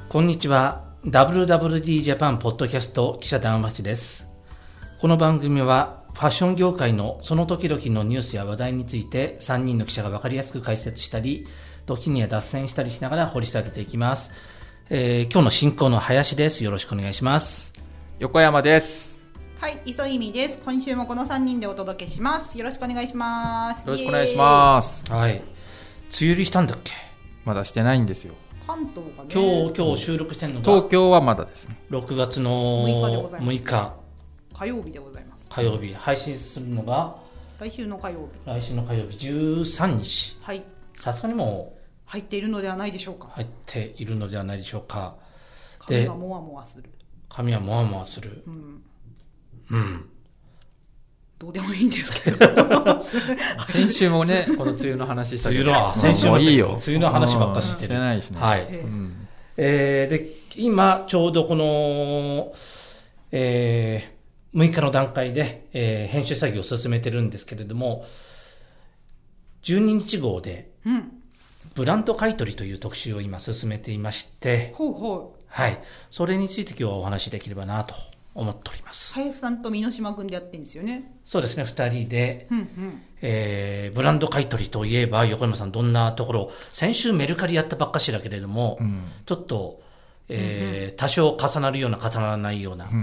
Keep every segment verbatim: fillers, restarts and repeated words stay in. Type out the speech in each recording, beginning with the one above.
こんにちは。 ダブリューダブリューディー ジャパンポッドキャスト記者談話です。この番組はファッション業界のその時々のニュースや話題についてさんにんの記者が分かりやすく解説したり、時には脱線したりしながら掘り下げていきます。えー、今日の進行の林です。よろしくお願いします。 横山です。 はい、磯井美です。今週もこのさんにんでお届けします。よろしくお願いします。 よろしくお願いします。 はい。梅雨入りしたんだっけ？ まだしてないんですよ。 関東がね。 今日今日収録してるのが東京はまだですね。 ろくがつのむいかでございます。 むいか火曜日でございます。 火曜日配信するのが来週の火曜日。 来週の火曜日じゅうさんにち。 はい。 さすがにもう入っているのではないでしょうか。 入っているのではないでしょうか。 髪がもわもわする。 髪はもわもわする。 うん。 うん。 どうでもいいんですけど。 先週もね、この梅雨の話したけど。 梅雨の、先週もいいよ。 梅雨の話ばっかりしてる。 してないしね。 はい。 えうん、 えー、で、今、ちょうどこの、えー、むいかの段階で、えー、編集作業を進めてるんですけれども、じゅうににち号で、 うん。 ブランド買取という特集を今進めていまして、 ほうほう。 はい。それについて今日はお話しできればなと思っております。 林さんと箕島君でやってるんですよね。 そうですね、二人で、 うんうん。 えー、ブランド買取といえば、横山さんどんなところ、先週メルカリやったばっかしだけれども、 うん、 ちょっと、えーうんうん、多少重なるような重ならないような。 うんうん、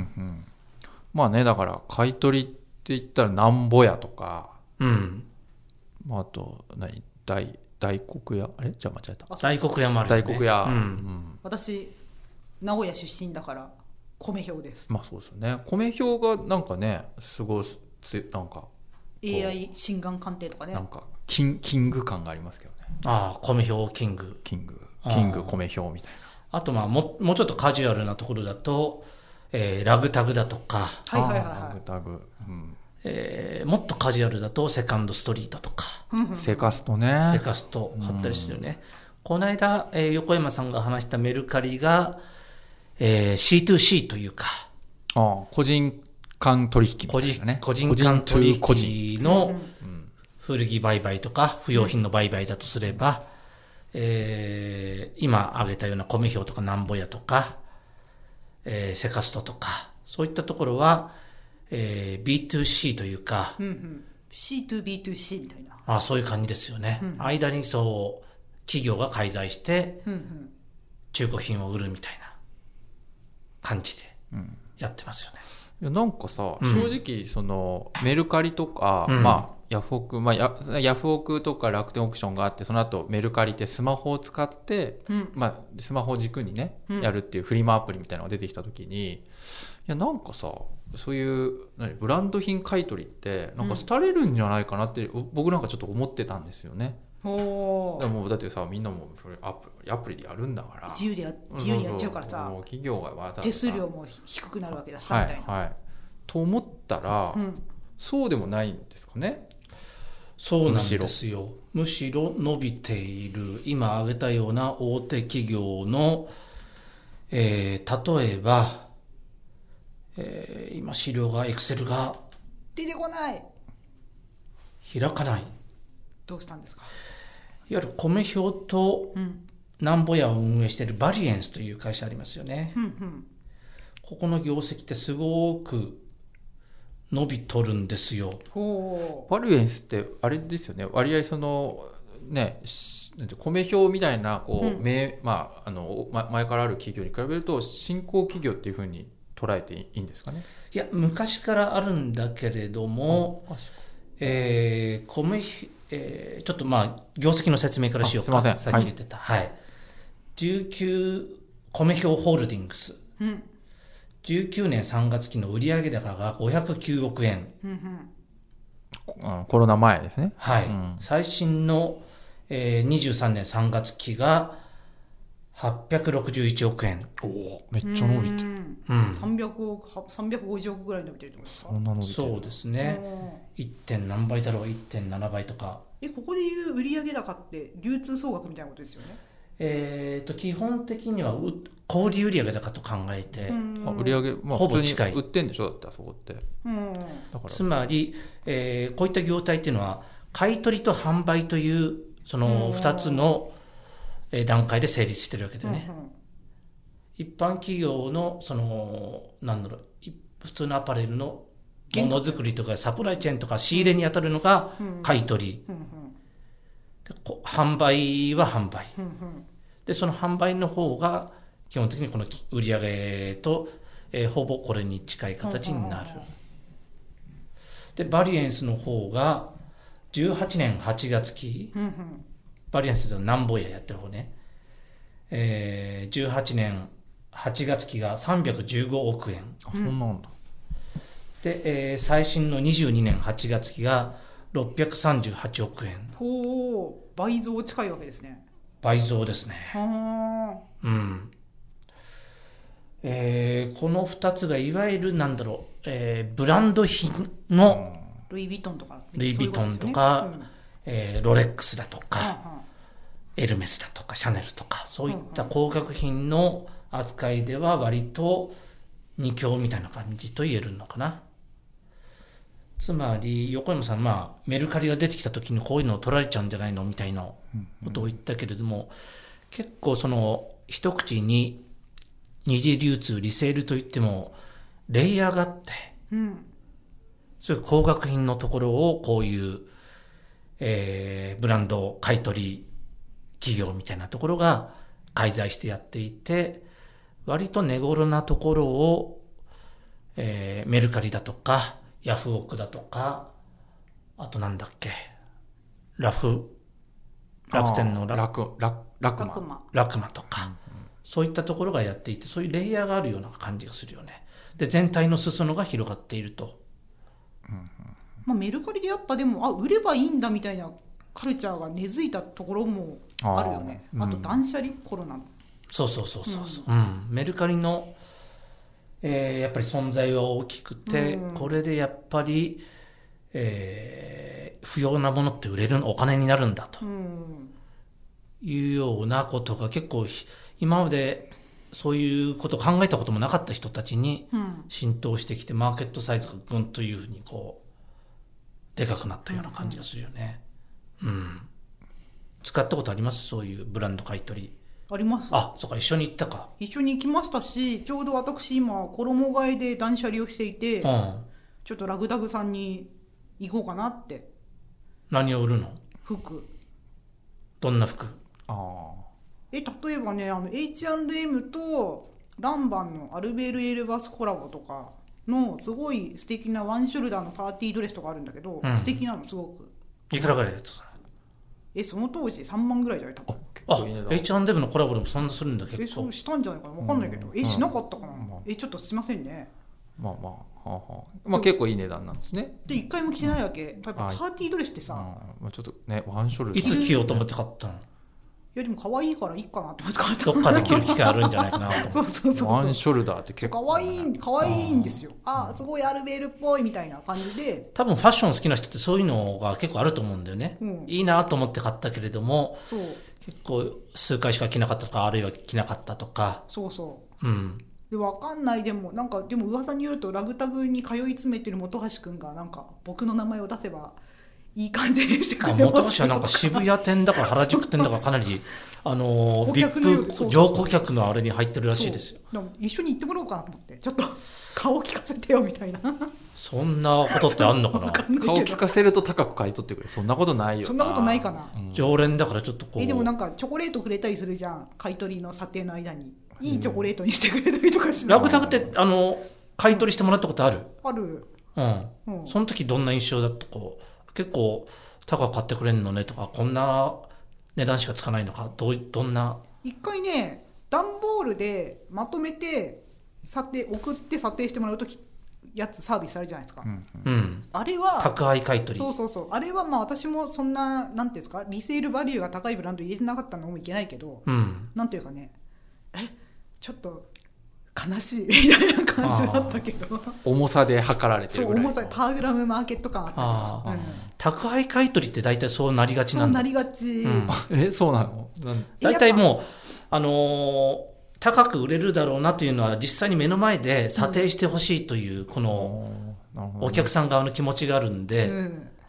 まあね、だから買い取りって言ったらなんぼやとか、 うん。 まあ、あと、何大、大黒屋あれじゃあ間違えた。 大黒屋もあるよね。 大黒屋。 うんうん、 私、名古屋出身だから、米表です。 まあそうですよね。米表がなんかね、すごい、なんか。 エーアイ 心眼鑑定とかね。 なんかキン、キング感がありますけどね。 ああ、米表キング。 キング。キング米表みたいな。 あとまあも、もうちょっとカジュアルなところだと、えー、ラグタグだとか、 はいはいはい、はい、 ラグタグ。うん、 えー、もっとカジュアルだとセカンドストリートとか、 セカストね。 セカストあったりするよね。この間、えー、横山さんが話したメルカリが、えー、シーツーシー というか、 ああ、個人間取引みたいなね。 個人間取引の古着売買とか不用品の売買だとすれば、えー、今挙げたような米表とかなんぼやとか、えー、セカストとか、そういったところは、えー、ビーツーシー というか、 うんうん、シーツービーツーシー みたいな。 ああ、そういう感じですよね。うん、間にそう、企業が介在して、中古品を売るみたいな感じでやってますよね。 うん、いやなんかさ、 うん、 正直、その、メルカリとか、うん、まあ、ヤフオク、まあヤ、ヤフオクとか楽天オークションがあって、その後メルカリってスマホを使って、うん、まあ、スマホを軸にね、うん、やるっていうフリマアプリみたいなのが出てきたときに、いや、なんかさ、そういう、何、ブランド品買い取りって、なんか廃れるんじゃないかなって、うん、僕なんかちょっと思ってたんですよね。 おでもだってさ、みんなもアプリ、アプリでやるんだから自由でや自由にやっちゃうからさ、 もう企業がわざわざ手数料も低くなるわけださ、 はい、 みたいな、 はい、と思ったら、うん、そうでもないんですかね。 そうなんですよ。むしろ伸びている今挙げたような大手企業の、えー、例えば、えー、今資料がエクセルが出てこない開かない。 どうしたんですか。 いわゆる米表となんぼやを運営しているバリエンスという会社ありますよね、うんうん、ここの業績ってすごく伸びとるんですよ。 バリエンスってあれですよね、割合そのね、米表みたいなこう、うん、まあ、あの前からある企業に比べると新興企業っていうふうに捉えていいんですかね。 いや、昔からあるんだけれども、えー、米えー、ちょっとまあ業績の説明からしようか。 すいません、 さっき言ってた、はいはい、じゅうきゅう米表ホールディングス、うん、じゅうきゅうねんさんがつ期の売上高がごひゃくきゅうおくえん、うんうん、コロナ前ですね。 はい、 うん、 最新の、えー、にじゅうさんねんさんがつ期がはっぴゃくろくじゅういちおくえん。 おお、めっちゃ伸びてる。 うん、さんびゃくおく、さんびゃくごじゅうおくぐらい伸びてるってことですか。 そんな伸びてる。 そうですね。いってん何倍だろう、いってんななばいとか。 え、ここでいう売上高って流通総額みたいなことですよね。 えーと、基本的には小売売上高と考えて、 あ、売上、まあ、 ほぼ近い。 普通に売ってんでしょ、だってあそこって。 うんだからつまり、えー、こういった業態っていうのは買い取りと販売というそのふたつの段階で成立してるわけでね。 うんうん、 一般企業のそのなんだろう普通のアパレルのものづくりとかサプライチェーンとか仕入れに当たるのが買い取り、うんうんうん、でこ販売は販売、うんうん、でその販売の方が基本的にこの売上と、えー、ほぼこれに近い形になる、うんうんうん、でバリエンスの方がじゅうはちねんはちがつ期、うんうん、バリエンスでなんぼややってる方ね、えー、じゅうはちねんはちがつ期がさんびゃくじゅうごおくえん。 あ、そんなんだ。 で、えー、最新のにじゅうにねんはちがつ期がろっぴゃくさんじゅうはちおくえん。 ほう、倍増近いわけですね。 倍増ですね。 はうん。えー、このふたつがいわゆるなんだろう、えー、ブランド品の、 ルイ・ヴィトンとか、 ルイ・ヴィトンとか、うんえー、ロレックスだとか、はあはあ、エルメスだとか、シャネルとか、そういった高額品の扱いでは割と二強みたいな感じと言えるのかな。つまり横山さん、まあ、メルカリが出てきた時にこういうのを取られちゃうんじゃないのみたいなことを言ったけれども、うんうん、結構その一口に二次流通リセールといってもレイヤーがあって、うん、そういう高額品のところをこういう、えー、ブランド買い取り企業みたいなところが介在してやっていて、割と値頃なところを、えー、メルカリだとかヤフオクだとか、あとなんだっけ、ラフ、楽天のララク、ララクマ。 ラクマとか、うんうん、そういったところがやっていて、そういうレイヤーがあるような感じがするよね。で、全体の裾野が広がっていると。 うんうんまあ、メルカリでやっぱでも、あ、売ればいいんだみたいなカルチャーが根付いたところもあるよね。あ, あと断捨離、うん、コロナの。 そうそうそうそうそう、うんうん。メルカリのえー、やっぱり存在は大きくて、うん、これでやっぱり、えー、不要なものって売れるお金になるんだと、うん、いうようなことが結構今までそういうことを考えたこともなかった人たちに浸透してきて、マーケットサイズがぐんというふうにこうでかくなったような感じがするよね、うんうん、使ったことあります？そういうブランド買い取り。 あります。 あ、そうか、一緒に行ったか。 一緒に行きましたし、ちょうど私今衣替えで断捨離をしていて、うん、ちょっとラグダグさんに行こうかなって。 何を売るの？ 服。 どんな服？ あえ例えばね、あの エイチアンドエム とランバンのアルベール・エルバスコラボとかのすごい素敵なワンショルダーのパーティードレスとかあるんだけど、うん、素敵なのすごく。 いくらぐらいだったの？ えその当時さんまんぐらいじゃないた。 あ、エイチアンドエム のコラボでもそんなするんだ。結構えそうしたんじゃないかな、分かんないけど、うん、えしなかったかな、うん、えちょっとすいませんね。 まあまあ、はあはあ、まあ結構いい値段なんですね。 で一回も着てないわけ、やっぱパーティードレスってさ、 まあ、ちょっとねワンショルダーいつ着ようと思って買ったの？いやでも可愛いからいいかなって思って買った。 どっかで着る機会あるんじゃないかなとそうそうそうそう、 ワンショルダーって結構可愛い可愛いんですよ。ああすごいアルベールっぽいみたいな感じで、 多分ファッション好きな人ってそういうのが結構あると思うんだよね、うん、いいなと思って買ったけれども、そう結構数回しか着なかったとか、あるいは着なかったとか。 そうそう、 うん、 で分かんない。でもなんかでも噂によるとラグタグに通い詰めてる本橋くんがなんか僕の名前を出せばいい感じにしてくれますよ。 本橋はなんか渋谷店だか原宿店だかかなりあのビップ乗降客のあれに入ってるらしいですよ。 そう一緒に行ってもらおうかなと思って、ちょっと顔聞かせてよみたいな。 そんなことってあんのかな。 顔聞かせると高く買い取ってくれ。そんなことないよな。 そんなことないかな、 うん、常連だからちょっとこう。 えでもなんかチョコレートくれたりするじゃん、買い取りの査定の間にいいチョコレートにしてくれたりとかしない。 ラグタグってあの買い取りしてもらったことある？ ある、 うんうん、その時どんな印象だった？こう結構高く買ってくれんのねとか、こんな値段しかつかないのか、どうどんな。 一回ね段ボールでまとめて査定送って査定してもらうときやつサービスあるじゃないですか、うんうん、 あれは宅配買い取り。 そうそうそう、あれはまあ私もそんななんていうんですか、リセールバリューが高いブランド入れてなかったのもいけないけど、うん、なんていうかね、えちょっと悲しいみたいな感じだったけど、 重さで測られてるぐらい。 そう重さでパーグラムマーケット感あったあ、うん、宅配買い取りって大体そうなりがちなんだ。 そうなりがち、うん、 えそうなの？ 大体もうあのー、高く売れるだろうなというのは実際に目の前で査定してほしいというこのお客さん側の気持ちがあるんで、うん、 そうなんだ。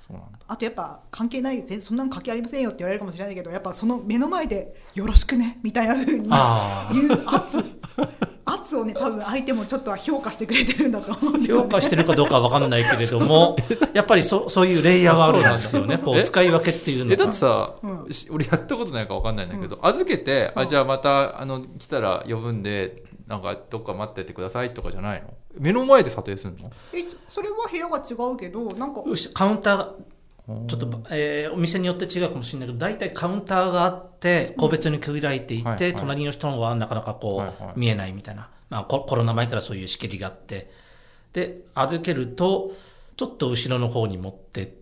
あとやっぱ関係ない全そんなの関係ありませんよって言われるかもしれないけど、やっぱその目の前でよろしくねみたいな風に言う圧圧をね、多分相手もちょっとは評価してくれてるんだと思うんだよね。 評価してるかどうかは分かんないけれどもやっぱり そ, そういうレイヤーはあるんですよね。こう使い分けっていうのが。 えだってさ、 うん、 俺やったことないから分かんないんだけど、うん、預けて、うん、あじゃあまたあの来たら呼ぶんでなんかどっか待っててくださいとかじゃないの？目の前で査定するの？ えそれは部屋が違うけど、なんかカウンターちょっと、えー、お店によって違うかもしれないけど、大体カウンターがあって個別に区切られていて、うんはいはい、隣の人はなかなかこう、はいはい、見えないみたいな、まあ、コ, コロナ前からそういう仕切りがあって、で預けるとちょっと後ろの方に持ってって、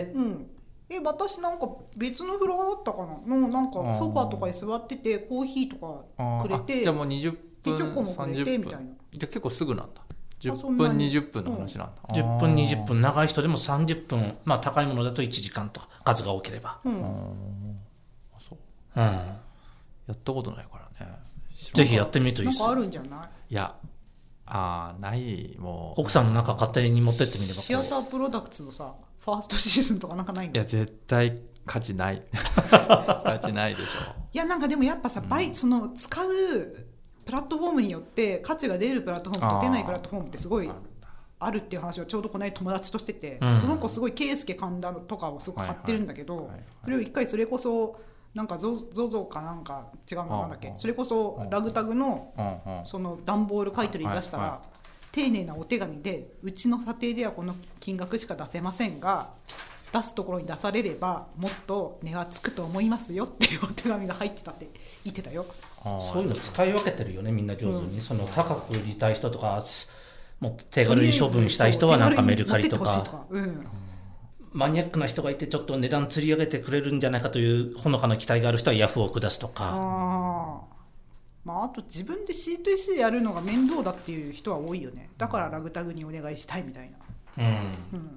うん、え私なんか別のフロアだったかなの、なんかソファーとかに座っててコーヒーとかくれて、 じゃあもうにじゅっぷんでチョコもくれてみたいな。 じゃあ結構すぐなんだ。じゅっぷんにじゅっぷんの話なんだ、 うん、じゅっぷんにじゅっぷん、長い人でもさんじゅっぷん、まあ高いものだといちじかんとか数が多ければ、うん、 そう、 うん、やったことないからね。 ぜひやってみるといいですよ。 なんかあるんじゃない？ いやあないもう奥さんの中勝手に持ってってみれば。 シアタープロダクツのさファーストシーズンとかなんかないの？ いや絶対価値ない価値ないでしょ。 いやなんかでもやっぱさ、うん、バイその使うプラットフォームによって価値が出るプラットフォームと出ないプラットフォームってすごいあるっていう話をちょうどこの間友達としてて、うん、その子すごいケイスケ神田とかをすごく買ってるんだけど、はいはいはいはい、それを一回それこそなんか ゾゾ かなんか違うのなんだっけ、それこそラグタグのその段ボール買い取りに出したら丁寧なお手紙で、うちの査定ではこの金額しか出せませんが出すところに出されればもっと値はつくと思いますよっていうお手紙が入ってたって言ってたよ。 そういうの使い分けてるよねみんな上手に、うん、その高く売りたい人とかもう手軽に処分したい人はなんかメルカリと か, とか、うん、マニアックな人がいてちょっと値段釣り上げてくれるんじゃないかというほのかな期待がある人はヤフオク出すとか、 あ、まあ、あと自分で シーツーシー やるのが面倒だっていう人は多いよね。だからラグタグにお願いしたいみたいな、 うんうん、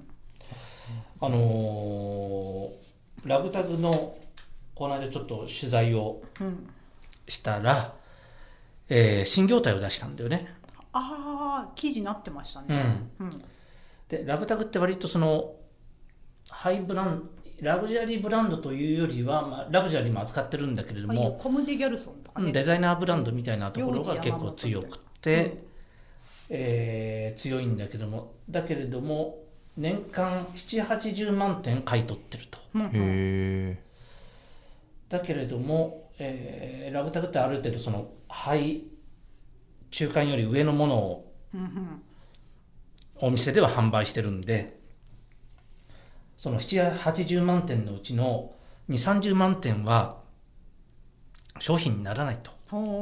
あのー、ラグタグのこの間ちょっと取材をしたら、うん、えー、新業態を出したんだよね。 ああ記事になってましたね、 うんうん、でラグタグって割とそのハイブランラグジュアリーブランドというよりは、まあ、ラグジュアリーも扱ってるんだけれども、 コムデ・ギャルソンとかね、 デザイナーブランドみたいなところが結構強くて、うん、えー、強いんだけども、だけれども年間ななじゅうはちじゅうまんてん買い取ってると、 うん、へだけれども、えー、ラグタグってある程度そのハイ中間より上のものをお店では販売してるんで、そのななじゅうはちじゅうまんてんのうちのにじゅうさんじゅうまんてんは商品にならないと。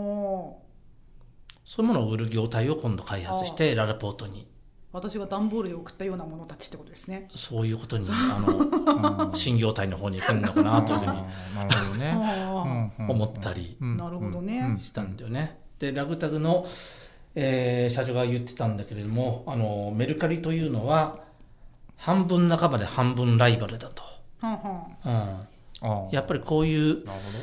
そういうものを売る業態を今度開発してララポートに、 私が段ボールで送ったようなものたちってことですね。 そういうことにあの新業態の方に行くのかなというふうになるほど、ね、 思ったりしたんだよね。でラグタグの、えー、社長が言ってたんだけれども、あのメルカリというのは半分仲間で半分ライバルだと、うん、やっぱりこういう、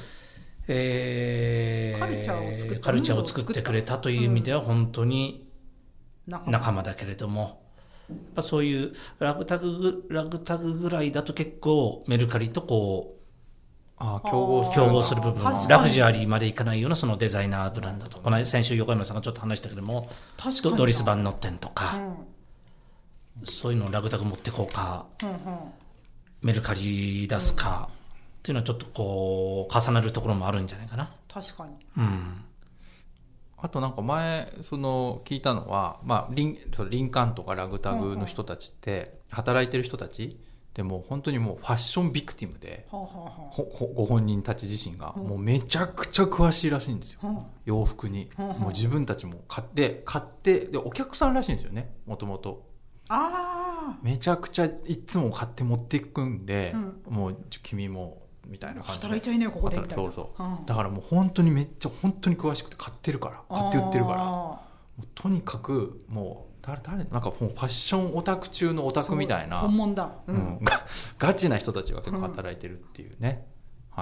えー、カルチャーを作って、カルチャーを作ってくれたという意味では本当に仲間だけれども、やっぱそういうラグタグ、ラグタグぐらいだと結構メルカリとこうああ競合競合する部分、ラグジュアリーまでいかないようなそのデザイナーブランドと、この間先週横山さんがちょっと話したけども、ドリス・バンノッテンとか、うん、そういうのをラグタグ持ってこうか、うんうん、メルカリ出すか、うん、っていうのはちょっとこう重なるところもあるんじゃないかな。 確かに、 うん、 あとなんか前その聞いたのは、まあ、リンリンカーンとかラグタグの人たちって、うんうん、働いてる人たちでも本当にもうファッションビクティムで、はあはあ、ご本人たち自身がもうめちゃくちゃ詳しいらしいんですよ、はあ、洋服に、はあ、もう自分たちも買って買ってでお客さんらしいんですよね、もともと。 あめちゃくちゃいつも買って持っていくんで、うん、もう君もみたいな感じで働いちゃいなよここでみたいな。 そうそう、はあ、だからもう本当にめっちゃ本当に詳しくて買ってるから買って売ってるから、もうとにかくもう誰誰なんかもうファッションオタク中のオタクみたいな本物だ、うんうん、ガチな人たちが結構働いてるっていうね、うん、はい、なか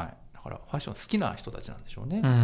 からファッション好きな人たちなんでしょうね、 うん、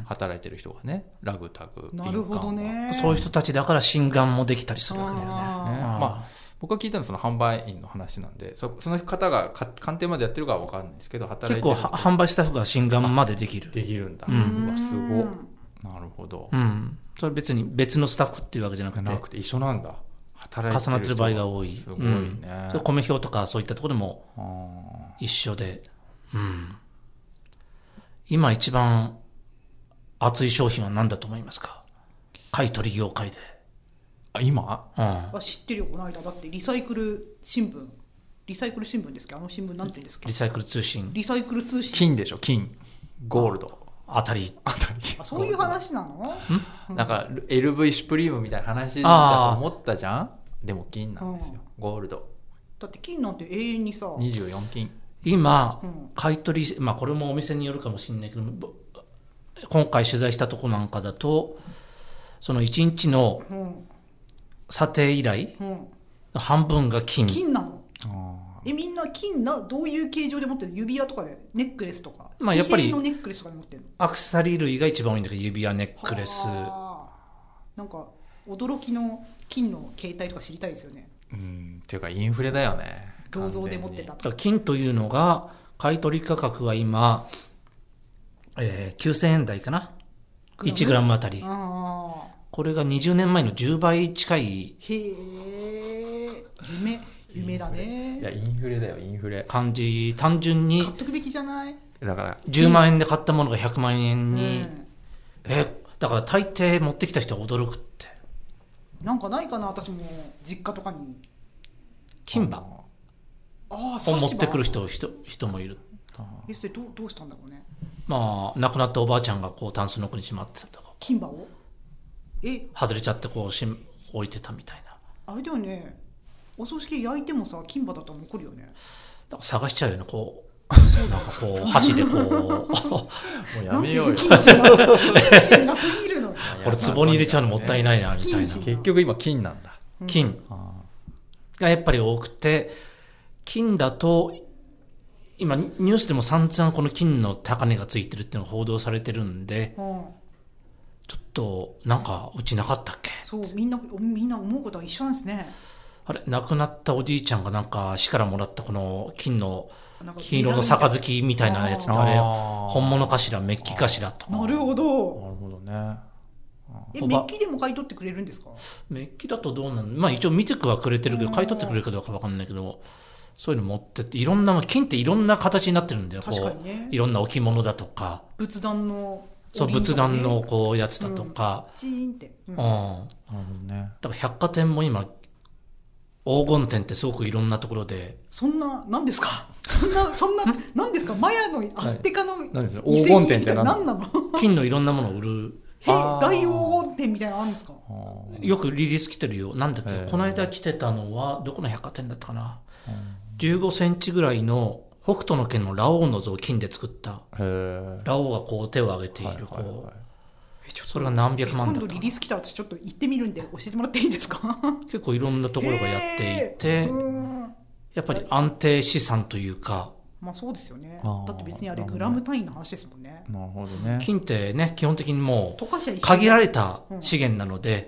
働いてる人がね、ラグタグ、 なるほどね、 そういう人たちだから心眼もできたりするわけだよね。 あね、まあ僕が聞いたのはその販売員の話なんで、 そ, その方が鑑定までやってるかは分かんないんですけど、働いてる結構販売スタッフが心眼までできる。 できるんだ、 うん、 うわすごい、なるほど、 うん、それ別に別のスタッフっていうわけじゃなくてなくて一緒なんだ、働いてる重なってる場合が多い。 すごいね、 うん、米表とかそういったところでも一緒で、うん、今一番熱い商品は何だと思いますか、買取業界で。 あ今、 うん、あ知ってるよ、この間だってリサイクル新聞、リサイクル新聞ですけど、あの新聞なんて言うんですか、 リサイクル通信、 リサイクル通信、 金でしょ、金、ゴールド、 当たり当たり、 あそういう話なの？ んなんか エルブイ シュプリームみたいな話だと思ったじゃん。でも金なんですよ、ゴールド。 だって金なんて永遠にさ、 にじゅうよん金今、うん、買い取り、まあこれもお店によるかもしれないけど、今回取材したとこなんかだと、そのいちにちの査定依頼の半分が金。 金なの？え、みんな金な、どういう形状で持ってるの？指輪とかで、ネックレスとか、 まあやっぱりのネックレスとかで持ってるの？ アクセサリー類が一番多いんだけど、指輪、ネックレス。 なんか驚きの金の形態とか知りたいですよね。 うん、っていうかインフレだよね。 銅像で持ってたとか。 金というのが買取価格は今、えー、きゅうせんえん台かな、いちグラムあたり。あ、これがにじゅうねんまえのじゅうばい近い。 へえ、夢夢だね。 いやインフレだよ、インフレ。 感じ、単純に買っとくべきじゃない？ だからじゅうまんえんで買ったものがひゃくまんえんに、 うん、 えだから大抵持ってきた人は驚くって。 なんかないかな、私も実家とかに金歯を持ってくる人人人もいる。 え、それ ど, うどうしたんだろうね。 まあ亡くなったおばあちゃんがこうタンスの奥にしまってたとか、 金歯をえ外れちゃってこうし置いてたみたいな。 あれだよね、お葬式焼いてもさ金歯だったら残るよね。 だから探しちゃうよね、こうなんかこう箸でこうもうやめようよ、 金歯がすぎるのこれ壺に入れちゃうのもったいないなみたいな。 結局今金なんだ、 金がやっぱり多くて、金だと今ニュースでも散々この金の高値がついてるっていうのが報道されてるんで、うん、ちょっとなんかうちなかったっけ。 そう、みんなみんな思うことは一緒なんですね。 あれ、亡くなったおじいちゃんがなんか市からもらったこの金の金色の杯みたいなやつって、あれ本物かしらメッキかしらとか。 なるほど、 なるほどね。 え、メッキでも買い取ってくれるんですか？ メッキだとどうなの、まあ一応見てくはくれてるけど、買い取ってくれるかどうか分かんないけど、そういうの持ってって、いろんな金っていろんな形になってるんだよ。 確かにね、 こういろんな置物だとか、 仏壇の、 そう仏壇のこうやつだとか、 うん、チーンって、うん、 なるほどね。 だから百貨店も今黄金店ってすごくいろんなところで、 そんな何ですか、そんなそんな何ですか、マヤのアステカの遺跡黄金店って何なの？ 金のいろんなものを売る大黄金店みたいなのあるんですか？ よくリリース来てるよ。なんだっけ、この間来てたのはどこの百貨店だったかな、じゅうごセンチぐらいの北斗の拳のラオウの像を金で作った、ラオウがこう手を挙げている、こう、はいはいはい、それが何百万だったかな。 今度リリース来たら私ちょっと行ってみるんで教えてもらっていいですか？ 結構いろんなところがやっていて、やっぱり安定資産というか、 まあそうですよね。だって別にあれグラム単位の話ですもんね。 なるほどね。 金ってね、基本的にもう限られた資源なので、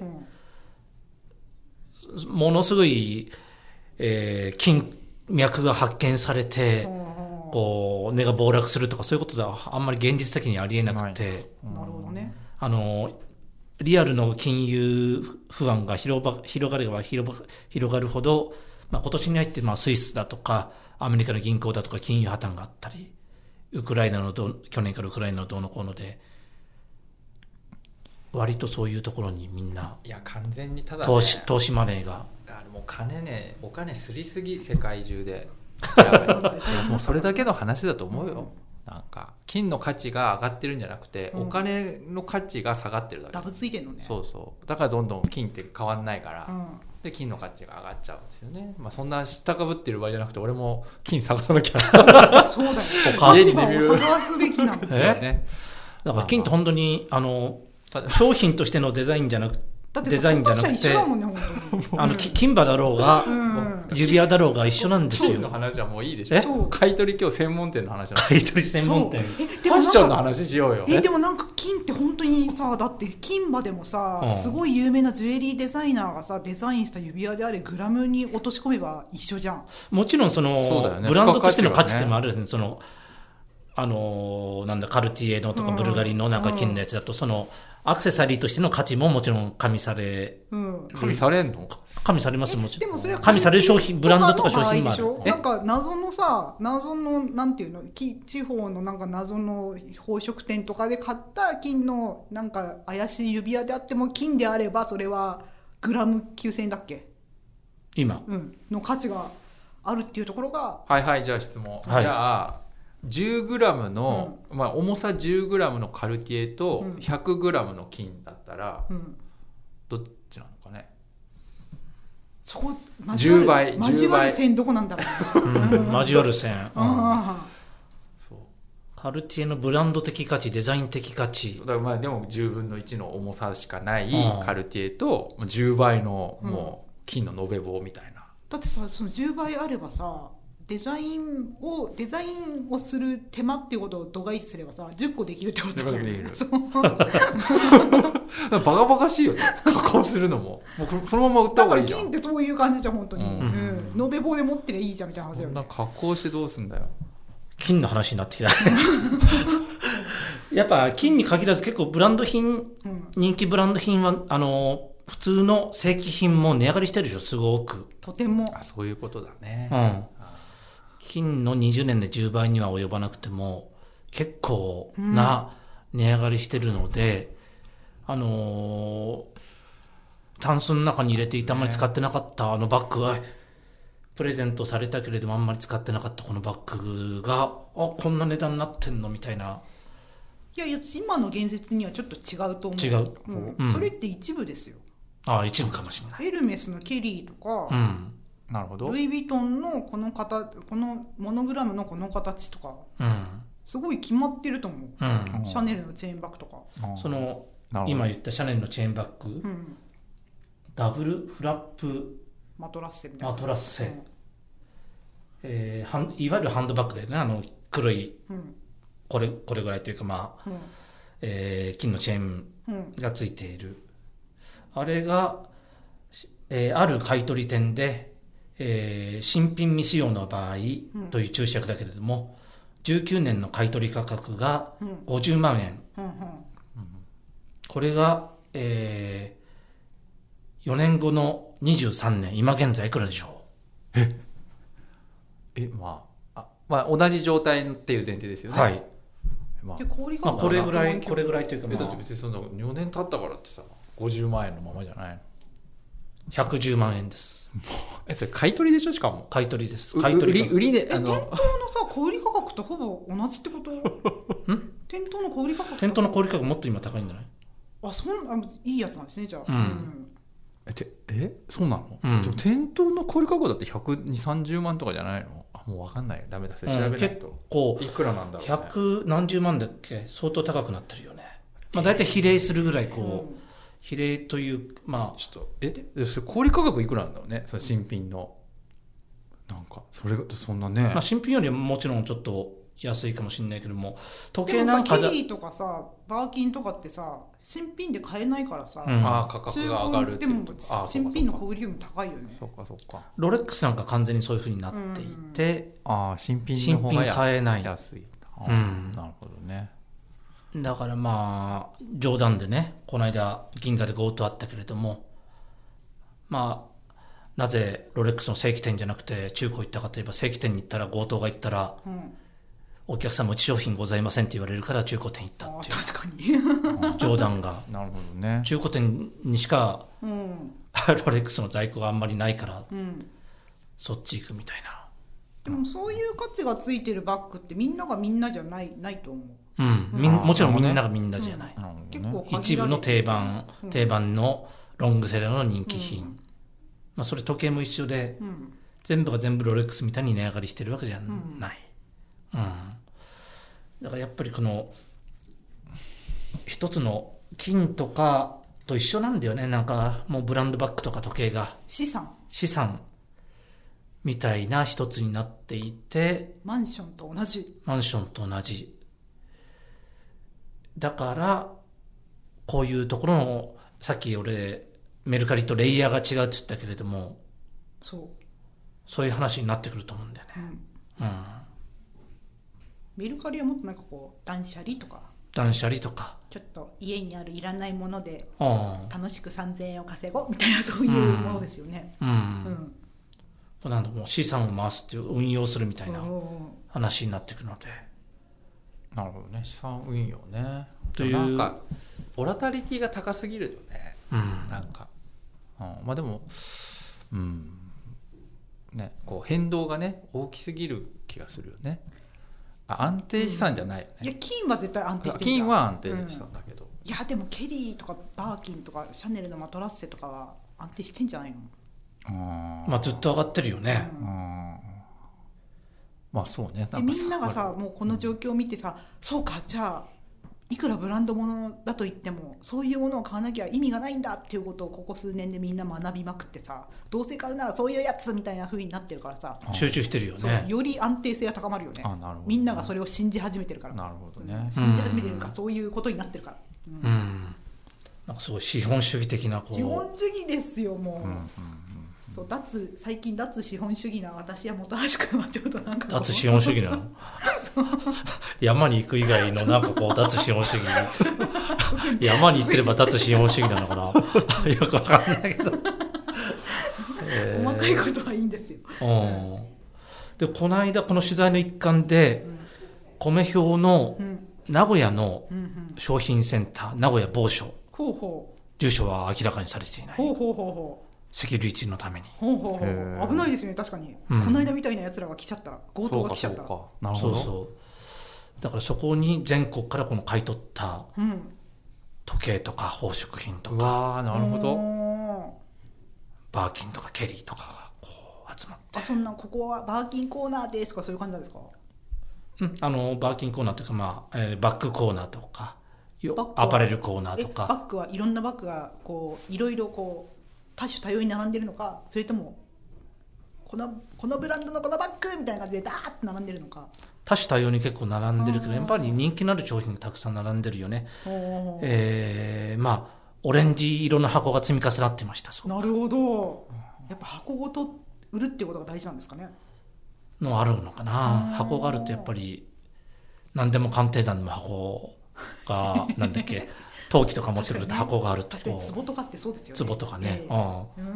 うんうん、ものすごい、えー、金脈が発見されて、うんうん、こう値が暴落するとかそういうことはあんまり現実的にありえなくて、 なるほどね。 あのリアルの金融不安が広ば広がれば広ば広がるほど、まあ、今年に入ってまあスイスだとかアメリカの銀行だとか金融破綻があったり、ウクライナのど去年からウクライナのどうのこうので、割とそういうところにみんないや完全にただ、ね、 投資投資マネーがあれもう金ね、お金すりすぎ世界中でやもうそれだけの話だと思うよ。なんか金の価値が上がってるんじゃなくて、うん、お金の価値が下がってるだけ。 ダブついてるのね。 そうそう、だからどんどん金って変わんないから、うん、で金の価値が上がっちゃうんですよね。まあそんな知ったかぶってる場合じゃなくて、俺も金探さなきゃそうだよ、立場を探すべきなんですよね。 だから金って本当にあの商品としてのデザインじゃなくデザインじゃなくて、あの金歯だろうが、うん、指輪だろうが一緒なんですよ。 今日の話はもういいでしょ。買い取り今日専門店の話なの。 買い取り専門店。 ファッションの話しようよ。 えでもなんか金って本当にさ、だって金歯でもさ、うん、すごい有名なジュエリーデザイナーがさデザインした指輪であれグラムに落とし込めば一緒じゃん。 もちろんそのそうだよ、ね、ブランドとしての価値ってもあるんですね。そのあのー、なんだカルティエのとかブルガリのなんか金のやつだと、うん、そのアクセサリーとしての価値ももちろん加味され、 うん、加味されんの？ 加味されますもちろん。 でもそれは加味される商品、ブランドとか商品もある。 なんか謎のさ、謎のなんていうの、地方のなんか謎の宝飾店とかで買った金のなんか怪しい指輪であっても金であればそれはグラムきゅうせんえんだっけ？ 今、 うん、の価値があるっていうところが。 はいはい、じゃあ質問。はい、じゃあ。じゅうグラム の、うんまあ、重さ じゅうグラム のカルティエと ひゃくグラム の金だったら、うん、どっちなのかね。 そこじゅうばい交わる線どこなんだろう、 うん、交わる線、うん、そうカルティエのブランド的価値、デザイン的価値だからまあでもじゅうぶんのいちの重さしかないカルティエとじゅうばいのもう金の延べ棒みたいな、うん、 だってさそのじゅうばいあればさデザインをデザインをする手間っていうことを度外視すればさじゅっこできるってことだからね。 バカバカしいよね。加工するのももうそのまま売った方がいいじゃん。 だから金ってそういう感じじゃん本当に、うんうん、延べ棒で持ってりゃいいじゃんみたいな話だよね。 そんな加工してどうすんだよ。 金の話になってきた。やっぱ金に限らず結構ブランド品、うん、人気ブランド品はあの普通の正規品も値上がりしてるでしょすごく。 とても。 あそういうことだね。 うん金のにじゅうねんでじゅうばいには及ばなくても結構な値上がりしてるので、うん、あのー、タンスの中に入れていてあんまり使ってなかったあのバッグがプレゼントされたけれどもあんまり使ってなかったこのバッグがあこんな値段になってんのみたいな。 いやいや今の言説にはちょっと違うと思う。 違う、 うんうん、それって一部ですよ。 ああ一部かもしれない。 エルメスのケリーとか、 うんなるほど。 ルイ・ヴィトンのこの形このモノグラムのこの形とか、うん、すごい決まってると思う、うん、シャネルのチェーンバッグとか、 うん、その今言ったシャネルのチェーンバッグ、うん、ダブルフラップマトラッセみたいなマトラッセ、うんえー、はんいわゆるハンドバッグだよね。あの黒い、うん、これこれぐらいというかまあ、うんえー、金のチェーンがついている、うん、あれが、えー、ある買取店でえー、新品未使用の場合という注釈だけれども、うん、じゅうきゅうねんの買取価格がごじゅうまんえん、うんうんうん、これが、えー、よねんごのにじゅうさんねん今現在いくらでしょう。ええまああ、まあ、同じ状態っていう前提ですよね。 はい、 まあ、で小売価格、 まあ、これぐらいこれぐらいというか、まあ、 だって別にそのよねん経ったからってさごじゅうまんえんのままじゃないの。 ひゃくじゅうまんえんです。 えそれ買い取りでしょ。しかも買い取りです。買い取り売りであの店頭のさ小売価格とほぼ同じってこと？ん？店頭の小売価格？ 店頭の小売価格もっと今高いんじゃない？ あそんあいいやつなんですねじゃあ。 うん。うん、 えてえそうなの？ うん、 でも店頭の小売価格だってひゃくにじゅう、さんじゅうまんとかじゃないの？あもう分かんないよ。ダメだそれ調べないと。うん、結構いくらなんだろうね。 百何十万だっけ相当高くなってるよね。まあ大体比例するぐらいこう。うん比例というまあちょっとえそれ小売価格いくらなんだろうねその新品のなんかそれがそんなね、 まあ、新品よりももちろんちょっと安いかもしれないけども時計なんかでもさケリーとかさバーキンとかってさ新品で買えないからさ、 うん、あ価格が上がるってでも新品の小売よりも高いよね。 そうかそうか。 ロレックスなんか完全にそういう風になっていて、 うん、あ新品の方が買えない安い、 うん、 なるほどね。 だからまあ冗談でねこの間銀座で強盗あったけれどもまあなぜロレックスの正規店じゃなくて中古行ったかといえば正規店に行ったら強盗が行ったら、うん、お客様うち商品ございませんって言われるから中古店行ったっていう。 確かに冗談がなるほどね。 中古店にしか、うん、ロレックスの在庫があんまりないから、うん、そっち行くみたいな。 でもそういう価値がついてるバッグってみんながみんなじゃないないと思う。 うん、みんもちろんみんながみんなじゃない、うん結構一部の定番、うん、定番のロングセラーの人気品、うんまあ、それ時計も一緒で、うん、全部が全部ロレックスみたいに値上がりしてるわけじゃない、うんうん、だからやっぱりこの一つの金とかと一緒なんだよね。なんかもうブランドバッグとか時計が資産資産みたいな一つになっていて、 マンションと同じマンションと同じだから、こういうところのさっき俺メルカリとレイヤーが違うって言ったけれども、 そうそういう話になってくると思うんだよね、うんうん、 メルカリはもっとなんかこう断捨離とか断捨離とかちょっと家にあるいらないものであ楽しくさんぜんえんを稼ごうみたいなそういうものですよね。 うん、 うんうん、なんだもう資産を回すっていう運用するみたいな話になってくるので、 なるほどね、資産運用ね。 というなんかボラタリティが高すぎるよね、 うん、 なんか、うん、まあでもうんね、こう変動がね大きすぎる気がするよね。あ、安定資産じゃないよね、 うん、いや金は絶対安定してる。 金は安定資産だけど、うん、 いやでもケリーとかバーキンとかシャネルのマトラッセとかは安定してんじゃないの。 あ、まあずっと上がってるよね、うん、 まあそうね。 でみんながさもうこの状況を見てさ、うん、そうかじゃあいくらブランド物だと言ってもそういうものを買わなきゃ意味がないんだっていうことをここ数年でみんな学びまくってさ、どうせ買うならそういうやつみたいな風になってるからさ、 集中してるよね。 より安定性が高まるよね。 あ、なるほどね。 みんながそれを信じ始めてるから。 なるほどね、 信じ始めてるから、そういうことになってるから、 うんうん、なんかすごい資本主義的なこう資本主義ですよもう、うんうんうん、そう脱最近脱資本主義な私や本橋君はちょっとなんか脱資本主義なの山に行く以外のなんかこう脱資本主義山に行ってれば脱資本主義なのかなよくわかんないけどえー、細かいことはいいんですよ、 うん、でこの間この取材の一環で、うん、米表の名古屋の商品センター、うんうん、名古屋某所、 ほうほう、 住所は明らかにされていない。 ほうほうほうほう、 セキュリティのために。 ほうほうほう、危ないですよね確かに、うん、この間みたいなやつらが来ちゃったら、強盗が来ちゃったら、 そうかそうか、なるほど。 そうそうだからそこに全国からこの買い取った時計とか宝飾品とか、 うん、うわー、なるほど、 バーキンとかケリーとかがこう集まって、 あ、そんなここはバーキンコーナーですとかそういう感じなんですか。 うん、あのバーキンコーナーというか、まあえー、バッグコーナーとかアパレルコーナーとか、 バッグはいろんなバッグがこういろいろこう多種多様に並んでるのか、それともこの、このブランドのこのバッグみたいな感じでダーッと並んでるのか。 多種多様に結構並んでるけど、やっぱり人気のある商品がたくさん並んでるよね。えー、まあオレンジ色の箱が積み重なってました。そう、 なるほど、やっぱ箱ごと売るっていうことが大事なんですかね。 のあるのかな。箱があるとやっぱり何でも鑑定団の箱がなんだっけ陶器とか持ってくると箱があると、 確かに壺とかってそうですよね。 壺とかね、 えー、うん、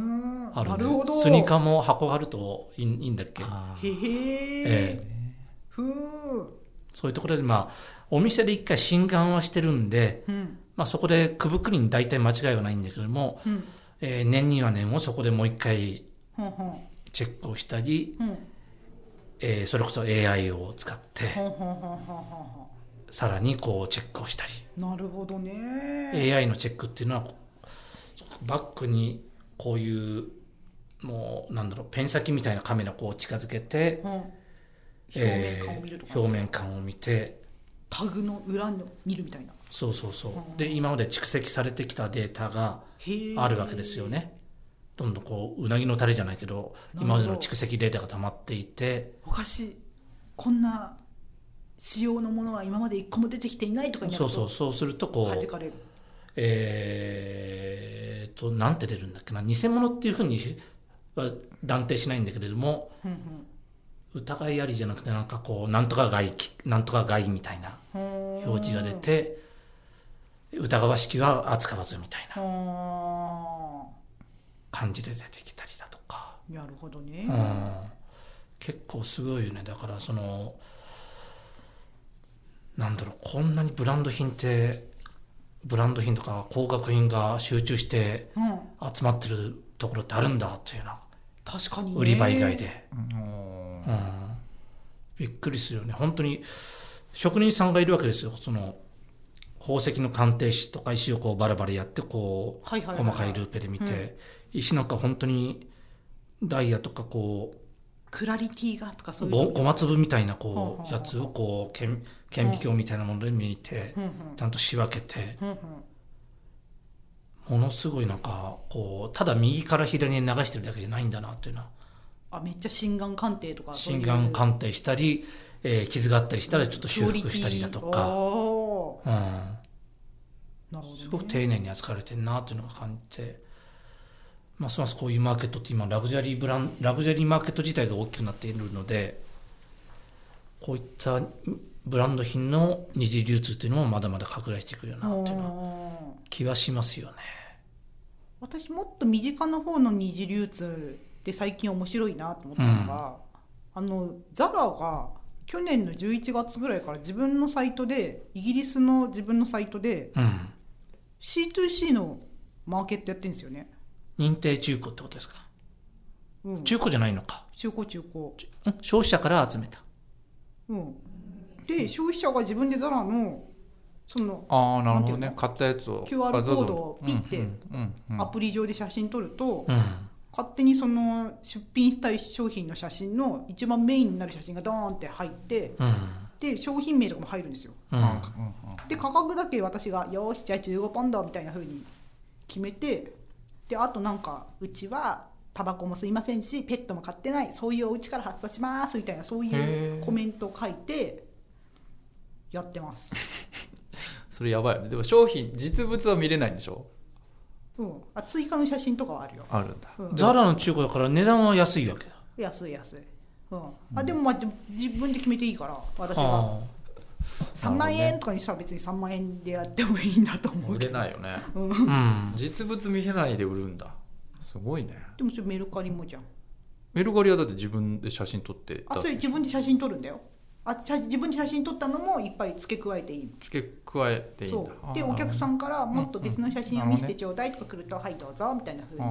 あるね。なるほど。 スニーカーも箱があるといい、いいんだっけ。へへ、えー、ふー、 そういうところで、まあお店で一回診断はしてるんで、うん、まあ、そこでくぶくりに大体間違いはないんだけども、うん、えー、年には年をそこでもう一回チェックをしたり、うん、えー、それこそ エーアイ を使ってさらにこうチェックをしたり。 なるほどね。 エーアイ のチェックっていうのはバッグにこういうもうなんだろうペン先みたいなカメラをこう近づけて、うん、 表面感を見るとか、 えー、表面感を見てタグの裏を見るみたいな。 そうそうそう、うん、で今まで蓄積されてきたデータがあるわけですよね。どんどんこううなぎのタレじゃないけど今までの蓄積データが溜まっていて、 おかしい、こんな仕様のものは今まで一個も出てきていないとかになると、 そうそう、そうするとこう弾かれる。 えーとなんて出るんだっけな、偽物っていうふうには断定しないんだけれども、うんうん、疑いありじゃなくてなんかこうなんとか外なんとか外みたいな表示が出て、疑わしきは扱わずみたいな感じで出てきたりだとか。 なるほどね、 うん、結構すごいよね。だからそのなんだろう、こんなにブランド品ってブランド品とか高額品が集中して集まってるところってあるんだっていうのは、 確かにね、 売り場以外で、うんうん、びっくりするよね。本当に職人さんがいるわけですよ。その宝石の鑑定士とか石をこうバラバラやってこう、はいはいはいはい、細かいルーペで見て、うん、石なんか本当にダイヤとかこうクラリティがとかそういうご, ごま粒みたいなこうやつをこう顕微鏡みたいなもので見て、うんうん、ちゃんと仕分けて、うんうん、 ものすごいなんかこうただ右から左に流してるだけじゃないんだなっていうのは。 あ、めっちゃ心眼鑑定とか心眼鑑定したり、えー、傷があったりしたらちょっと修復したりだとか、うん、なるほどね、すごく丁寧に扱われてるなというのが感じて、ますますこういうマーケットって今ラグジュアリーブランラグジュアリーマーケット自体が大きくなっているので、こういったブランド品の二次流通っていうのもまだまだ拡大していくよなっていうのは気はしますよね。 私もっと身近な方の二次流通で最近面白いなと思ったのが、うん、あのザラが去年のじゅういちがつぐらいから自分のサイトでイギリスの自分のサイトで シーツーシー のマーケットやってるんですよね。 認定中古ってことですか、うん、中古じゃないのか。 中古中古消費者から集めた、 うん、で消費者が自分でザラのそのあなるほどね、買ったやつをキューアール コードをピッてアプリ上で写真撮ると、 うん、 勝手にその出品したい商品の写真の一番メインになる写真がドーンって入って、 うん、 で商品名とかも入るんですよ、 うん、 で価格だけ私がよしじゃあじゅうごポンドみたいな風に決めて、であとなんかうちはタバコも吸いませんしペットも飼ってない、そういうお家から発達しますみたいな、そういうコメントを書いてやってますそれやばいよね。でも商品実物は見れないんでしょ。 うん、あ追加の写真とかはあるよ。 あるんだ、 うん、ザラの中古だから値段は安いわけだ。 安い安い、うん、あでもまあ自分で決めていいから私はさんまんえんとかにしたら別にさんまんえんでやってもいいんだと思うけど。 売れないよね、 うん、 実物見せないで売るんだ、すごいね。 でもそれメルカリもじゃん。 メルカリはだって自分で写真撮ってあ、それ自分で写真撮るんだよ。あ、自分で写真撮ったのもいっぱい付け加えていいの。 付け加えていいんだ。 そうでお客さんからもっと別の写真を見せてちょうだいとか来ると、はいどうぞみたいな風に、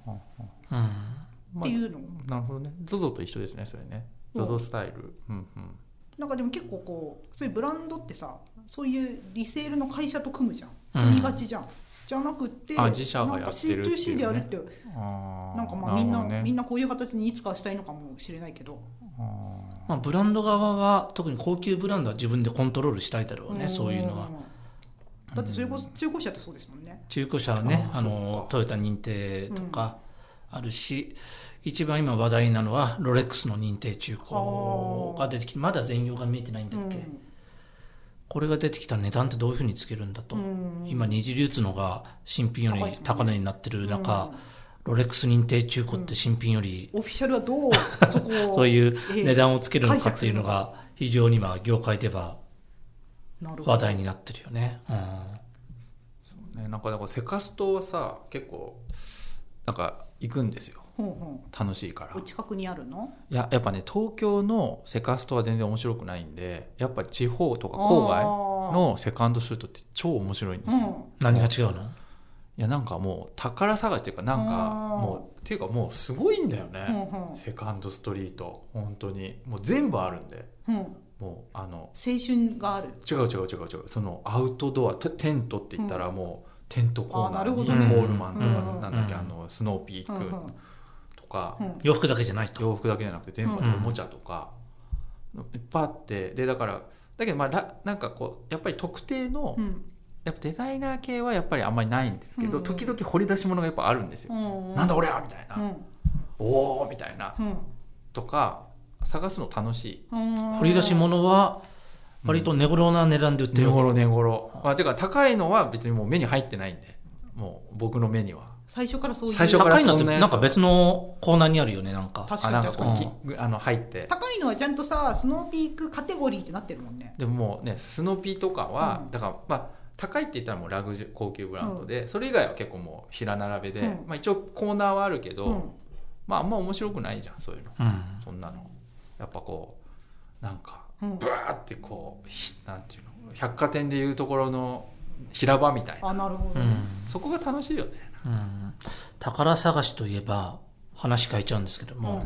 っていうの、 まあ、なるほどね。 ゾゾ と一緒ですねそれね。 ゾゾ スタイル、うんうん、 なんかでも結構こうそういうブランドってさ、そういうリセールの会社と組むじゃん、組みがちじゃん、うん、じゃなくてあ自社がやってるっていう、ね、 なんか シーツーシー でやるって、 あなんかまあみんな、ね、みんなこういう形にいつかしたいのかもしれないけど、 あまあ、ブランド側は特に高級ブランドは自分でコントロールしたいだろうね、そういうのは。 だってそれこそ中古車ってそうですもんね。 中古車はね、あのトヨタ認定とかあるし、うん、一番今話題なのはロレックスの認定中古が出てきて、まだ全容が見えてないんだっけ、うん、これが出てきたら値段ってどういうふうにつけるんだと、うん、今二次流通のが新品より高値になってる中、うん、ロレックス認定中古って新品より、 うん、オフィシャルはどうそこをそういう値段をつけるのかっていうのが非常に今業界では話題になってるよね。うん、 そうね、なんかなんかセカストはさ結構なんか行くんですよ、ほうほう楽しいから。 お近くにあるの？ いややっぱね東京のセカストは全然面白くないんで、やっぱ地方とか郊外のセカンドシュートって超面白いんですよ、うん、 何が違うの？ いやなんかもう宝探しっていうかなんかもうっていうかもうすごいんだよね、うんうん、セカンドストリート本当にもう全部あるんで、うん、もうあの青春がある。 違う違う違う違う、そのアウトドアテントって言ったらもう、うん、テントコーナーにコールマンとか、うん、なんだっけ、うん、あのスノーピークとか、 うん、洋服だけじゃないと。 洋服だけじゃなくて全般のおもちゃとか、うん、いっぱいあってでだからだけどまあなんかこうやっぱり特定の、うんやっぱデザイナー系はやっぱりあんまりないんですけど、うん、時々掘り出し物がやっぱあるんですよ、うん、なんだ俺はみたいな、うん、おーみたいな、うん、とか探すの楽しい、 うん、掘り出し物は割と値頃な値段で売ってる、 値頃値頃、まあ、てか高いのは別にもう目に入ってないんで、もう僕の目には最初からそういう最初からそんなやつ高いのってなんか別のコーナーにあるよね。なんか確かに確かに、 うん、あの入って高いのはちゃんとさスノーピークカテゴリーってなってるもんね。 でももうねスノーピーとかは、うん、だからまあ高いって言ったらもうラグジュ高級ブランドで、うん、それ以外は結構もう平並べで、うんまあ、一応コーナーはあるけど、うん、まああんま面白くないじゃんそういうの、うん、そんなのやっぱこうなんかブワーってこうなんていうの百貨店でいうところの平場みたいな。 あ、なるほど、 うん、そこが楽しいよね、 うん、宝探しといえば話変えちゃうんですけども、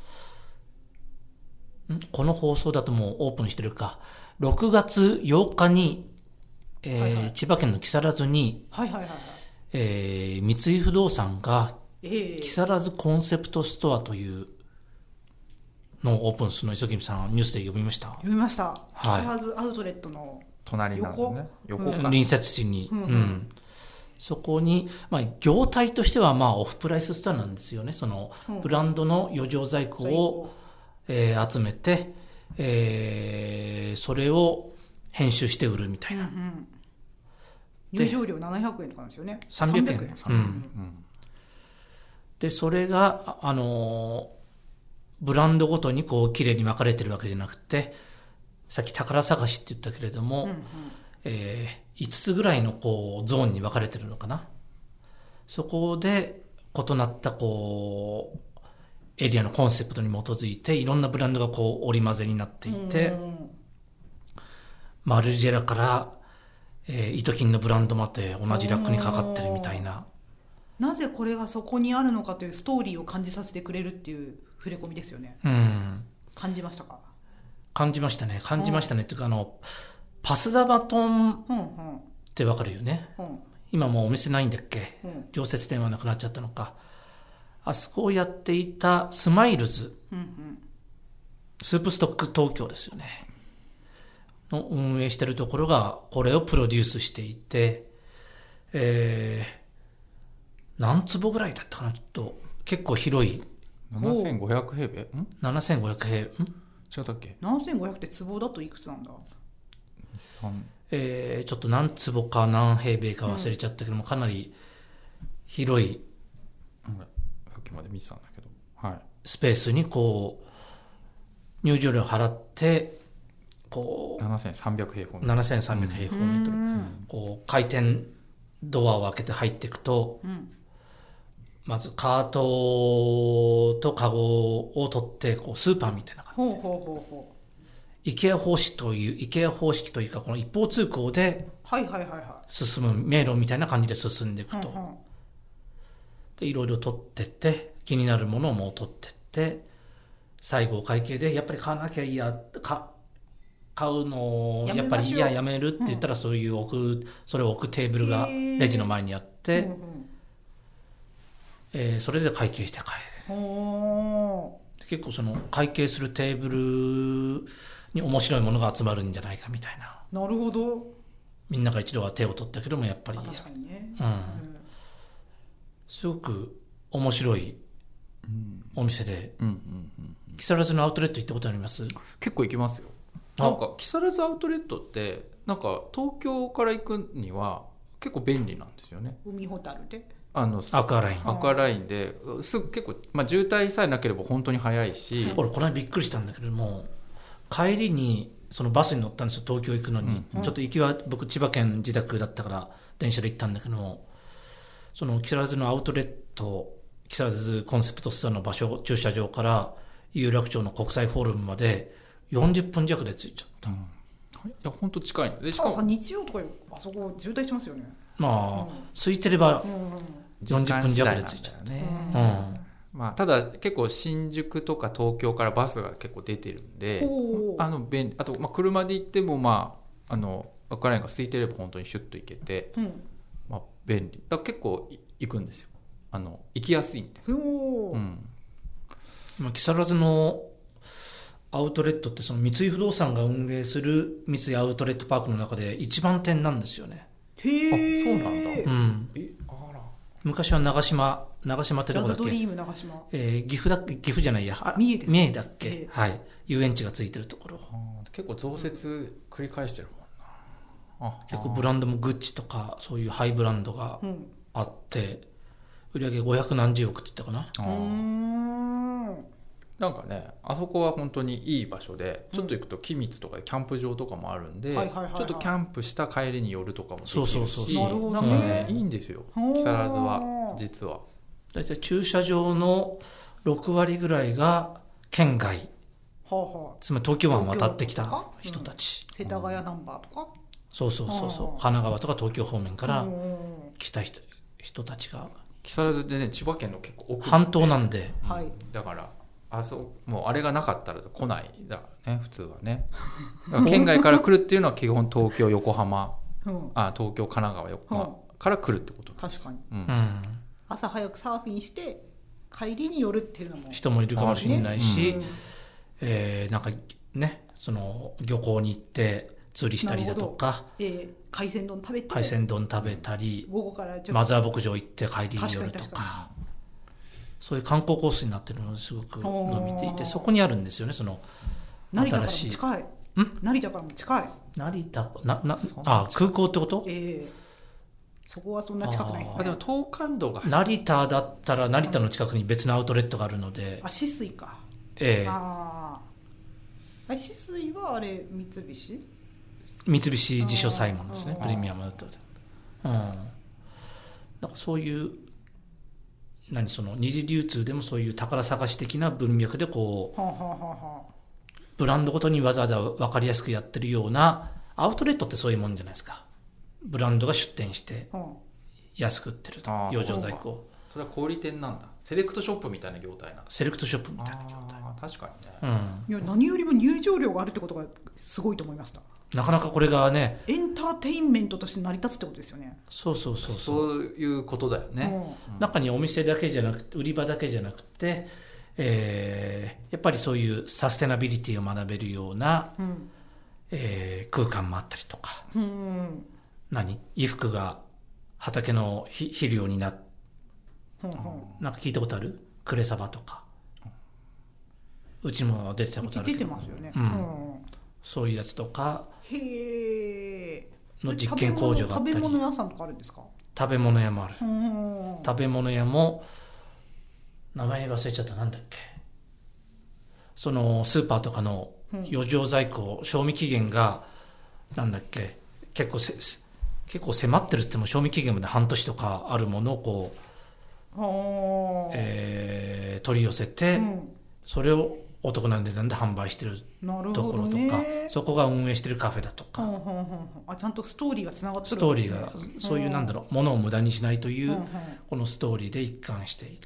うん、この放送だともうオープンしてるかろくがつようかにえーはいはい、千葉県の木更津に、 はいはいはいはいえー、三井不動産が、えー、木更津コンセプトストアというのをオープンするのを磯君さんニュースで読みました？ 読みました、はい、木更津アウトレットの隣なのね、横か、 隣接地に、うんうん、 そこに、まあ、業態としてはまあオフプライスストアなんですよね。そのブランドの余剰在庫を、えー、集めて、えー、それを編集して売るみたいな、うんうん、 入場料ななひゃくえんとかなんですよね。 さんびゃくえん、うんうん、でそれがあのー、ブランドごとにこう綺麗に分かれてるわけじゃなくて、さっき宝探しって言ったけれども、うんうん、えー、いつつぐらいのこうゾーンに分かれてるのかな。そこで異なったこうエリアのコンセプトに基づいていろんなブランドがこう織り交ぜになっていて、マルジェラから、えー、イトキンのブランドまで同じラックにかかってるみたいな。 なぜこれがそこにあるのかというストーリーを感じさせてくれるっていう触れ込みですよね。 うん、 感じましたか？ 感じましたね。感じましたね。っていうかあのパス・ザ・バトンってわかるよね、うんうん、今もうお店ないんだっけ、うん、常設店はなくなっちゃったのか。あそこをやっていたスマイルズ、うんうん、スープストック東京ですよねの運営してるところがこれをプロデュースしていて、えー、何坪ぐらいだったかな。ちょっと結構広いななせんごひゃくへいべいんななせんごひゃくへいべいん違ったっけ。 ななせんごひゃくって坪だといくつなんだ。 えー、ちょっと何坪か何平米か忘れちゃったけども、うん、かなり広い、 うん、さっきまで見てたんだけど、はい、 スペースにこう入場料払ってこうななせんさんびゃくへいほうメートルななせんさんびゃくへいほうメートル、うん、こう回転ドアを開けて入っていくと、うん、まずカートとカゴを取ってこうスーパーみたいな感じで、ほうほうほうほう、イケア方式という、イケア方式というか、この一方通行で進む迷路みたいな感じで進んでいくと。はいはいはいはい、で、いろいろ取ってって、気になるものをもう取ってって、最後お会計で、やっぱり買わなきゃいいや、か買うのをやっぱりいややめるって言ったら、そういう置く、それを置くテーブルがレジの前にあって、うんうん、えー、それで会計して帰る。結構その会計するテーブルに面白いものが集まるんじゃないかみたいな。 なるほど。 みんなが一度は手を取ったけどもやっぱり、 確かにね、 うんうん、すごく面白いお店で、うんうんうんうん、木更津のアウトレット行ったことあります？ 結構行きますよ。なんか木更津アウトレットってなんか東京から行くには結構便利なんですよね。 海ホタルであのアクアラインアクアラインですぐ結構、まあ、渋滞さえなければ本当に早いし、 俺この間びっくりしたんだけども、帰りにそのバスに乗ったんですよ、東京行くのに、うん、ちょっと行きは僕千葉県自宅だったから電車で行ったんだけども、その木更津のアウトレット木更津コンセプトストアの場所駐車場から有楽町の国際フォーラムまでよんじゅっぷん弱で着いちゃった、うん、いや本当近いので、 しかもさ日曜とかあそこ渋滞しますよね。 まあ、うん、空いてればよんじゅっぷん弱で着いちゃったね、うん、 まあ、ただ結構新宿とか東京からバスが結構出てるんで、あの便利、あとまあ車で行ってもまああのアクアラインが空いてれば本当にシュッと行けて、うん、まあ、便利だから結構行くんですよ。あの行きやすいんで、うん、 木更津のアウトレットってその三井不動産が運営する三井アウトレットパークの中で一番店なんですよね。 へー、 そうなんだ、 うん、えあら昔は長島長島ってどこだっけ、 ジャズドリーム長島、 えー、岐阜だっけ、岐阜じゃないや、 三重です、 三重だっけ、はい、遊園地がついてるところ、 結構増設繰り返してるもんな。 あ、結構ブランドもグッチとかそういうハイブランドがあって、うん、売り上げごひゃくなんじゅうおくって言ったかな。あ、うーん、 なんかね、あそこは本当にいい場所で、ちょっと行くと君津とかキャンプ場とかもあるんで、うん、ちょっとキャンプした帰りに寄るとかもできるし、 そうそうそう、 なんかね、いいんですよ木更津は。実はだいたい駐車場のろくわりぐらいが県外、はあはあ、つまり東京湾渡ってきた人たち、 うん、世田谷ナンバーとか、 そうそうそうそう、はあ、神奈川とか東京方面から来た 人, 人たちが、 木更津ってね、千葉県の結構奥半島なんで、 うん、はい、だからあそうもうあれがなかったら来ないだからね、普通はね。だから県外から来るっていうのは基本東京横浜、うん、あ東京神奈川横浜、うん、から来るってことです。 確かに、 うんうん、 朝早くサーフィンして帰りに寄るっていうのも人もいるかもしれないし、ね、うん、えー、なんかね、その漁港に行って釣りしたりだとか、 えー、海鮮丼食べて海鮮丼食べたり、 午後からちょっとマザー牧場行って帰りに寄るとか、そういう観光コースになってるのですごく伸びていて、そこにあるんですよね、その成田からも近い。成田からも近い。 成田ななあ空港ってこと？ ええ、そこはそんな近くないですね。 でも東関道が成田だったら成田の近くに別のアウトレットがあるので、 あ、止水か。 ええ、 ああ、止水はあれ三菱？ 三菱地所サイモンですね、プレミアムアウトレット。うん、なんかそういう何その二次流通でもそういう宝探し的な文脈でこう、はあはあはあ、ブランドごとにわざわざ分かりやすくやってるようなアウトレットってそういうもんじゃないですか。ブランドが出店して安く売ってると、養生在庫。 それは小売店なんだ。セレクトショップみたいな業態なんだ。 セレクトショップみたいな業態。 確かにね、 うん、いや何よりも入場料があるってことがすごいと思いました。 なかなかこれがね、 エンターテインメントとして成り立つってことですよね。 そうそうそうそうそういうことだよね、 うん、中にお店だけじゃなくて売り場だけじゃなくて、えー、やっぱりそういうサステナビリティを学べるような、うん、えー、空間もあったりとか、うん、何衣服が畑の肥料になっ、うん、なんか聞いたことある？クレサバとか、うちも出てたことあるけど、 出てますよね、 うんうん、そういうやつとかの実験工場があったり。 食べ物屋さんとかあるんですか？ 食べ物屋もある。食べ物屋も名前忘れちゃった、なんだっけ、そのスーパーとかの余剰在庫、うん、賞味期限がなんだっけ、結構せ結構迫ってるって言っても賞味期限まで半年とかあるものをこう、えー、取り寄せて、うん、それをお得な値段で販売してるところとか、そこが運営してるカフェだとか、うんうんうん、 あ、ちゃんとストーリーがつながってるんですね。 ストーリーがそういうなんだろう、ものを無駄にしないという、うんうん、このストーリーで一貫していて、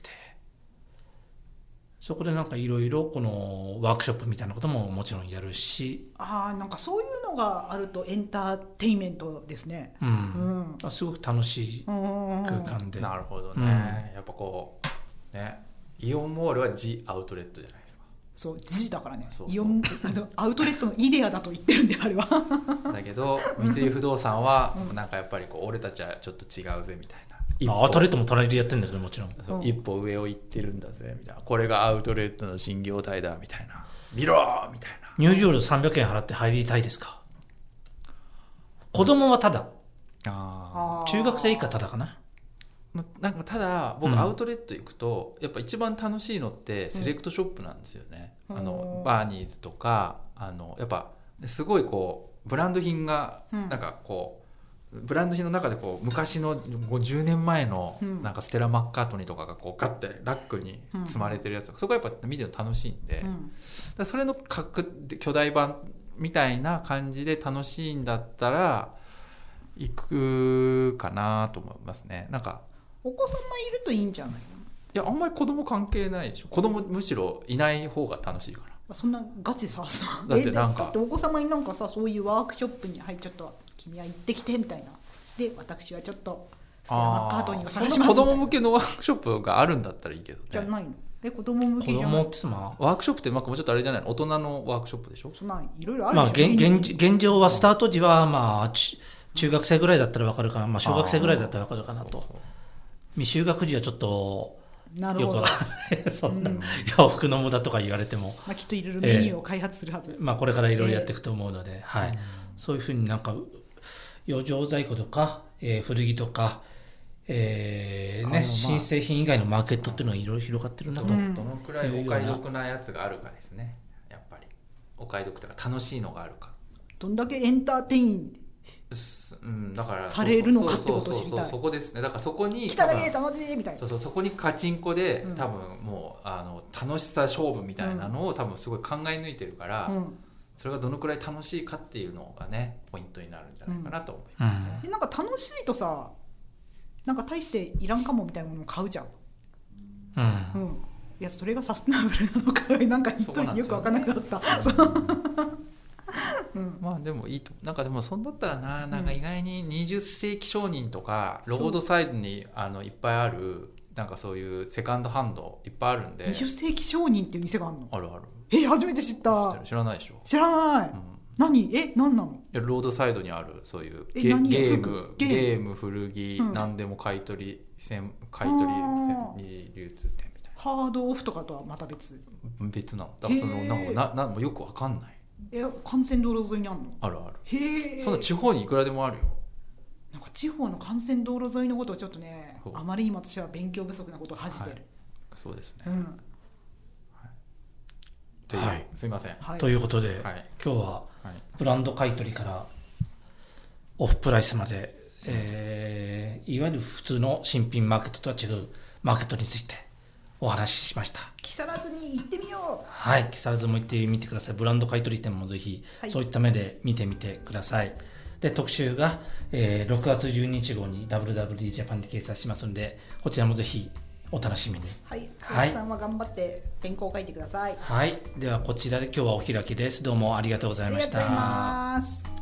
そこでなんかいろいろこのワークショップみたいなことももちろんやるし、 ああ、なんかそういうのがあるとエンターテインメントですね。うんうん、すごく楽しい空間で。 なるほどね、うん、やっぱこうね、イオンモールはジアウトレットじゃないですか。 そう、ジだからね。そうそう、イオンアウトレットのイデアだと言ってるんであれはだけど三井不動産はなんかやっぱりこう俺たちはちょっと違うぜみたいな、 アウトレットも隣でやってるんだけど、もちろん、 うん、一歩上を行ってるんだぜみたいな、これがアウトレットの新業態だみたいな、見ろみたいな。 入場料さんびゃくえん払って入りたいですか？子供はただ、あ、中学生以下ただかな。 なんかただ僕アウトレット行くと、うん、やっぱ一番楽しいのってセレクトショップなんですよね、うん、あのバーニーズとか、あのやっぱすごいこうブランド品がなんかこう、うん、ブランド品の中でこう昔のごじゅうねんまえのなんかステラ・マッカートニーとかがこうガッてラックに積まれてるやつ、うん、そこはやっぱ見てるの楽しいんで、うん、だそれの巨大版みたいな感じで楽しいんだったら行くかなと思いますね。なんかお子様いるといいんじゃないの？いや、あんまり子供関係ないでしょ。子供むしろいない方が楽しいから。 そんなガチさだってなんかだってお子様になんかさ、そういうワークショップにはいちょっと君は行ってきてみたいな、で私はちょっとステラ・マッカートニーを探しますみたいな。 子供向けのワークショップがあるんだったらいいけどね。 じゃないの？え、子供向けじゃない？ 子供ってまあワークショップってなんかもうちょっとあれじゃないの？大人のワークショップでしょ。 そんないろいろあるでしょ。まあ、 現, 現, 現状はスタート時はまあ中学生ぐらいだったら分かるかな、まあ、小学生ぐらいだったら分かるかなと。未就学児はちょっとなるほど、 よくそんな、うん、洋服の無駄とか言われても、 まあ、きっといろいろメニューを開発するはず、 えーまあ、これからいろいろやっていくと思うので、えーはい、うん、そういうふうになんか余剰在庫とか、えー、古着とか、えーね、まあ、新製品以外のマーケットっていうのはいろいろ広がってるなと、 うん、どのくらいお買い得なやつがあるかですね。やっぱりお買い得とか楽しいのがあるか、 どんだけエンターテインうん、だからされるのかってことを知りたい。 そこですね。だからそこに来ただけ楽しいみたいな。 そうそう、そこにカチンコで、うん、多分もうあの楽しさ勝負みたいなのを、うん、多分すごい考え抜いてるから、うん、それがどのくらい楽しいかっていうのがねポイントになるんじゃないかなと思いますね、 うん、でなんか楽しいとさ、なんか大していらんかもみたいなものを買うじゃん、うんうん、いやそれがサステナブルなのかなんか一人よく分からなくなった。 うん、まあでもいいと、なんかでもそんだったらな、なんか意外ににじゅっ世紀商人とか、うん、ロードサイドにあのいっぱいあるなんかそういうセカンドハンドいっぱいあるんで。 にじゅっ世紀商人っていう店があるの？ あるある。 え、初めて知った。 知らないでしょ？ 知らない、うん、 何え何なの？ ロードサイドにあるそういうえゲ何ゲームゲゲームーム古着、 うん何でも買い取り専買い取りあー二次流通店みたいハードオフとかとはまた別。 な別なのだからそのへーなんかななんもよくわかんないえ幹線道路沿いにあんの？ あるあるへえ。 そんな地方にいくらでもあるよなんか地方の幹線道路沿いのことをちょっとねそうあまりにも私は勉強不足なことを恥じてる、 はいそうですね、 うんというはいすいません、 はい、 ということで、 はい今日ははいブランド買取からオフプライスまで、えーいわゆる普通の新品マーケットとは違うマーケットについてお話ししました。 木更津に行ってみよう。 はい、木更津も行ってみてください。ブランド買取店もぜひ、 はいそういった目で見てみてください。で、特集が、えーろくがつじゅうににち号に ダブリューダブリューディー ジャパンで掲載しますので、こちらもぜひお楽しみに。 はい、 はい林さんは頑張って原稿を書いてください。 はい、ではこちらで今日はお開きです。どうもありがとうございました。 ありがとうございます。